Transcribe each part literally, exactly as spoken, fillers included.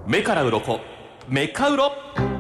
目から鱗メカウロ。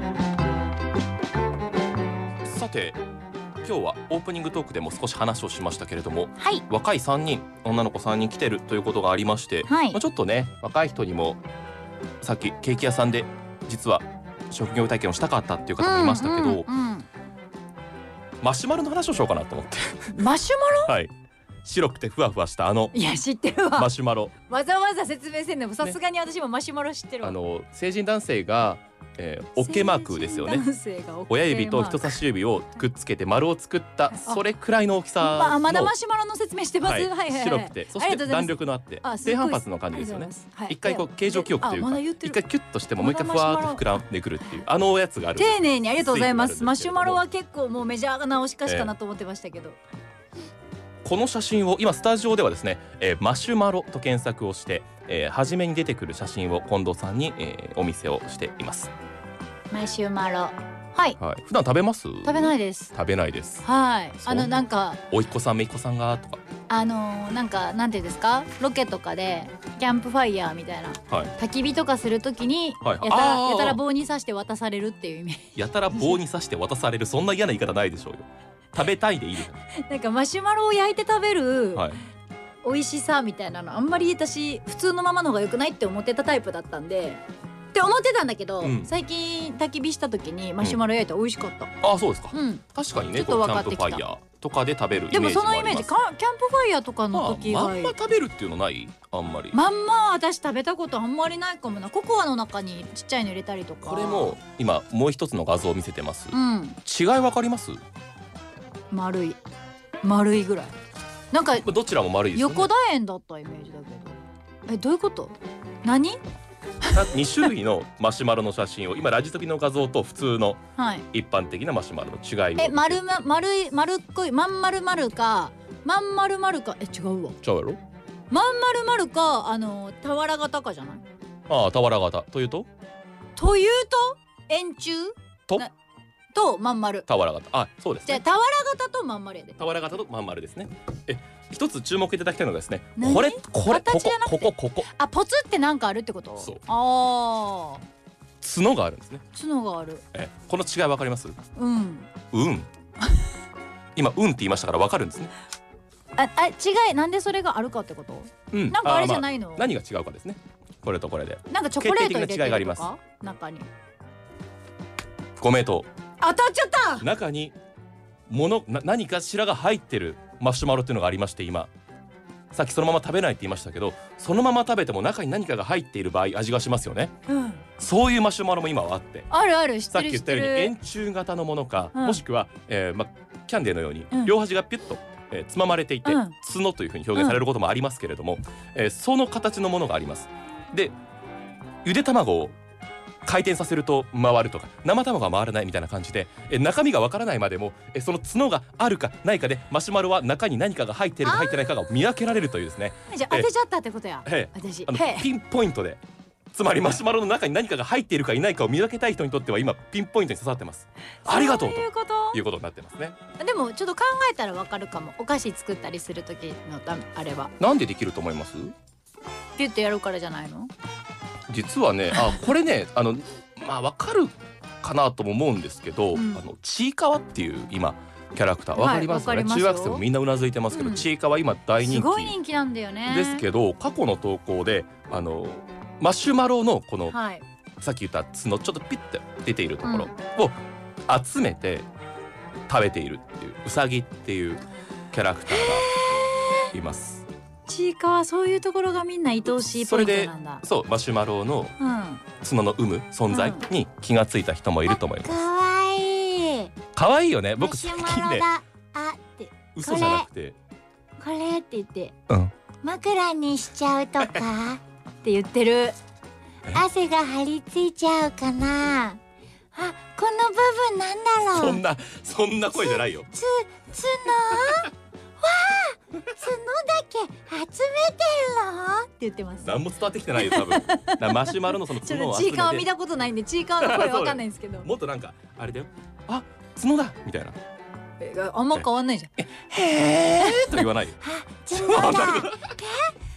さて今日はオープニングトークでも少し話をしましたけれども、 はい、 若いさんにん女の子さんにん来てるということがありまして、 はい、 まあ、ちょっとね若い人にもさっきケーキ屋さんで実は職業体験をしたかったっていう方もいましたけど、 うんうんうん、 マシュマロの話をしようかなと思ってマシュマロはい、白くてふわふわしたあのいや知ってるわマシュマロ、 わざわざ説明せんでもさすがに私もマシュマロ知ってるわ、 あの成人男性が、えー、OK マークですよね。 男性が OK 親指と人差し指をくっつけて丸を作ったそれくらいの大きさの、 まあ、まだマシュマロの説明してます、 はいはいはいはい、 白くてそして弾力のあって低反発の感じですよね。一回こう形状記憶というか、ま、一回キュッとしてももう一回ふわーっと膨らんでくるっていうあのおやつがある。 丁寧にありがとうございます。マシュマロは結構もうメジャーなおしかしかなと思ってましたけど、 えー、この写真を今スタジオではですね、えー、マシュマロと検索をして、えー、初めに出てくる写真を近藤さんに、えー、お見せをしています。 マシュマロ、はい、 はい、普段食べます？ 食べないです。 食べないです。 はい、あのなんかおいっ子さんめいっ子さんがとか、 あのー、なんかなんていうんですか、ロケとかでキャンプファイヤーみたいな、はい、焚き火とかするときに、はい、やたらやたら棒に刺して渡されるっていうイメージ。 やたら棒に刺して渡されるそんな嫌な言い方ないでしょうよ。食べたいでいいです。 なんかマシュマロを焼いて食べる、 はい、 美味しさみたいなのあんまり私普通のままの方が良くないって思ってたタイプだったんでって思ってたんだけど、うん、最近焚き火した時にマシュマロ焼いたら美味しかった、うん、 ああそうですか、 うん、 確かにね、キャンプファイヤーとかで食べるイメージもあります。 でもそのイメージかキャンプファイヤーとかの時は、 まあ、まんま食べるっていうのない？あんまりまんま私食べたことあんまりないかもな。ココアの中にちっちゃいの入れたりとか。 これも今もう一つの画像を見せてます、 うん、 違いわかります？ 丸い丸いぐらいなんかどちらも丸いですよね。 横楕円だったイメージだけど、えどういうこと？何？ に種類のマシュマロの写真を今ラジトピの画像と普通の一般的なマシュマロの違いを、 はい、え丸ま丸い丸っこいまん丸丸かまん丸丸かえ違うわ違うやろまん丸丸かあの俵型かじゃない？ ああ俵型というとというと円柱ととまん丸俵型あそうですね。 じゃあ俵型とまん丸やで。 俵型とまん丸ですね。え一つ注目いただきたいのがですね、 これこれここここここあポツってなんかあるってこと？ そうあ角があるんですね。 角がある。 えこの違いわかります？ うんうん今うんって言いましたからわかるんですね。 ああ違いなんでそれがあるかってこと？うんなんかあれじゃないの？ まあ、何が違うかですね。これとこれでなんかチョコレート入れてるとか決定的な違いがあります。 中にご名答。 当たっちゃった。 中にものな何かしらが入ってるマシュマロっていうのがありまして、今さっきそのまま食べないって言いましたけど、そのまま食べても中に何かが入っている場合味がしますよね、うん、そういうマシュマロも今はあってあるある知ってる知ってる。さっき言ったように円柱型のものか、うん、もしくは、えーま、キャンデーのように、 うん、 両端がピュッと、えー、つままれていて、うん、角というふうに表現されることもありますけれども、うんえー、その形のものがあります。でゆで卵を回転させると回るとか生卵が回らないみたいな感じでえ中身がわからないまでもえその角があるかないかでマシュマロは中に何かが入っているか入ってないかが見分けられるというですね。 じゃあ当てちゃったってことや。 え私あのピンポイントでつまりマシュマロの中に何かが入っているかいないかを見分けたい人にとっては今ピンポイントに刺さってます。ありがとうということになってますね。 でもちょっと考えたらわかるかも。お菓子作ったりする時のあれはなんでできると思います？ ピュッてやるからじゃないの？ 実はねあこれねあのまあわかるかなとも思うんですけど、うん、あのちいかわっていう今キャラクターわかりますよね、はい、中学生もみんなうなずいてますけど、うん、ちいかわ今大人気すごい人気なんだよね。 ですけど過去の投稿であのマシュマロのこの、はい、さっき言った角ちょっとピッて出ているところを集めて食べているっていううさぎっていうキャラクターがいます。 ちいかわそういうところがみんな愛おしいポイントなんだ。 それでそうマシュマロの角の有無存在に気がついた人もいると思います。 かわいい。 かわいいよね。僕最近ねあって嘘じゃなくてこれって言って、 うん、 枕にしちゃうとかって言ってる。汗が張り付いちゃうかなあ。この部分なんだろう。 そんなそんな声じゃないよ。 つつのわあ角だけ集めてるのって言ってます。 何も伝わってきてないよ多分だマシュマロのその角を集めてちいかわ見たことないんでちいかわの声わかんないんですけどもっとなんかあれだよあ角だみたいなあんま変わんないじゃん。 へーと言わないよ角だ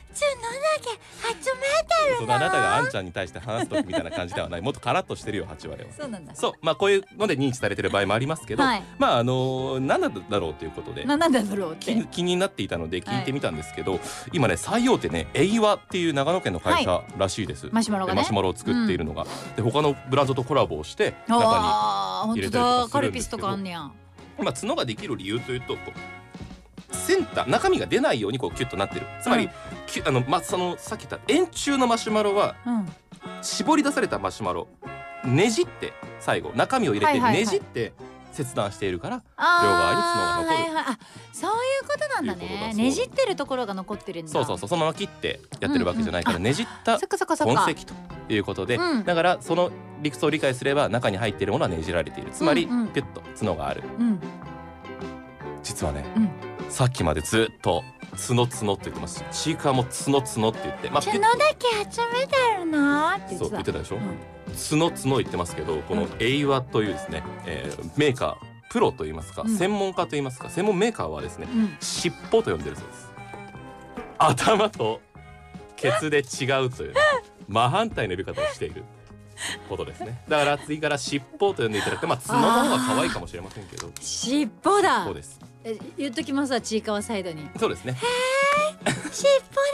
角だけ集めてるの。 あなたがあんちゃんに対して話す時みたいな感じではない。もっとカラッとしてるよはち割は。 そうなんだ。 そうまあこういうので認知されてる場合もありますけど、 はい、 まああのー、何なんだろうということで何なんだろうって気, 気になっていたので聞いてみたんですけど、はい、今ね最大手ねエイワっていう長野県の会社らしいです、はい、 マシュマロがねマシュマロを作っているのが、うん、で他のブランドとコラボをして中に入れたりとかするんですけど、 カルピスとかあんねや。まあ角ができる理由というとこうセンター中身が出ないようにこうキュッとなってる。つまり、うん、きあのまあそのさっき言った円柱のマシュマロは、うん、絞り出されたマシュマロねじって最後中身を入れてねじって切断しているから、両側に角が残る、 はいはい、あそういうことなんだね。ねじってるところが残ってるんだ。 そうそうそう、そのまま切ってやってるわけじゃないから、うんうん、ねじった痕跡ということで、うん、だからその理屈を理解すれば中に入っているものはねじられている。つまり、うんうん、ピュッと角がある、うん、実はね、うん、さっきまでずっと角角って言ってます。ちいかわも角角って言って、 まあ、角だけ集めてるのって言ってた。 そう言ってたでしょ、うん角角言ってますけど、このエイワというですね、えー、メーカープロといいますか、うん、専門家といいますか専門メーカーはですね、うん、尻尾と呼んでるそうです。頭とケツで違うという、ね、真反対の呼び方をしていることですね。だから次から尻尾と呼んでいただいて、まあ角の方が可愛いかもしれませんけど、 尻尾だ。 そうです。 え言っときますわ、ちいかわサイドに。 そうですね。 へー尻尾だけ集めてる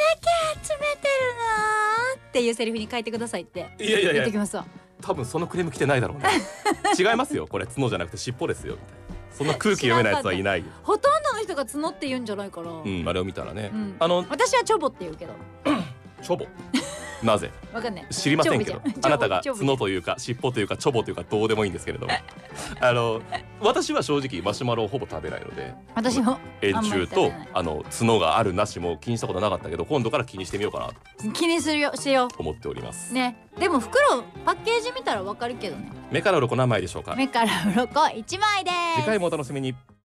なっていうセリフに書いてくださいっていやいやいや言っときますわ。 多分そのクレーム来てないだろうね違いますよ、これ角じゃなくて尻尾ですよみたいな。そんな空気読めないやつはいないよ。 ほとんどの人が角って言うんじゃないかな。 うん、あれを見たらね、うん、 あの私はチョボって言うけどチョボなぜわかんない、 知りませんけど、あなたが角というか尻尾というかチョボというかどうでもいいんですけれどもあの私は正直マシュマロをほぼ食べないので、 私も円柱とあの角があるなしも気にしたことなかったけど、今度から気にしてみようかな気にするよしよう思っておりますね。でも袋パッケージ見たらわかるけどね。 目から鱗何枚でしょうか。 目から鱗いちまいです。 次回もお楽しみに。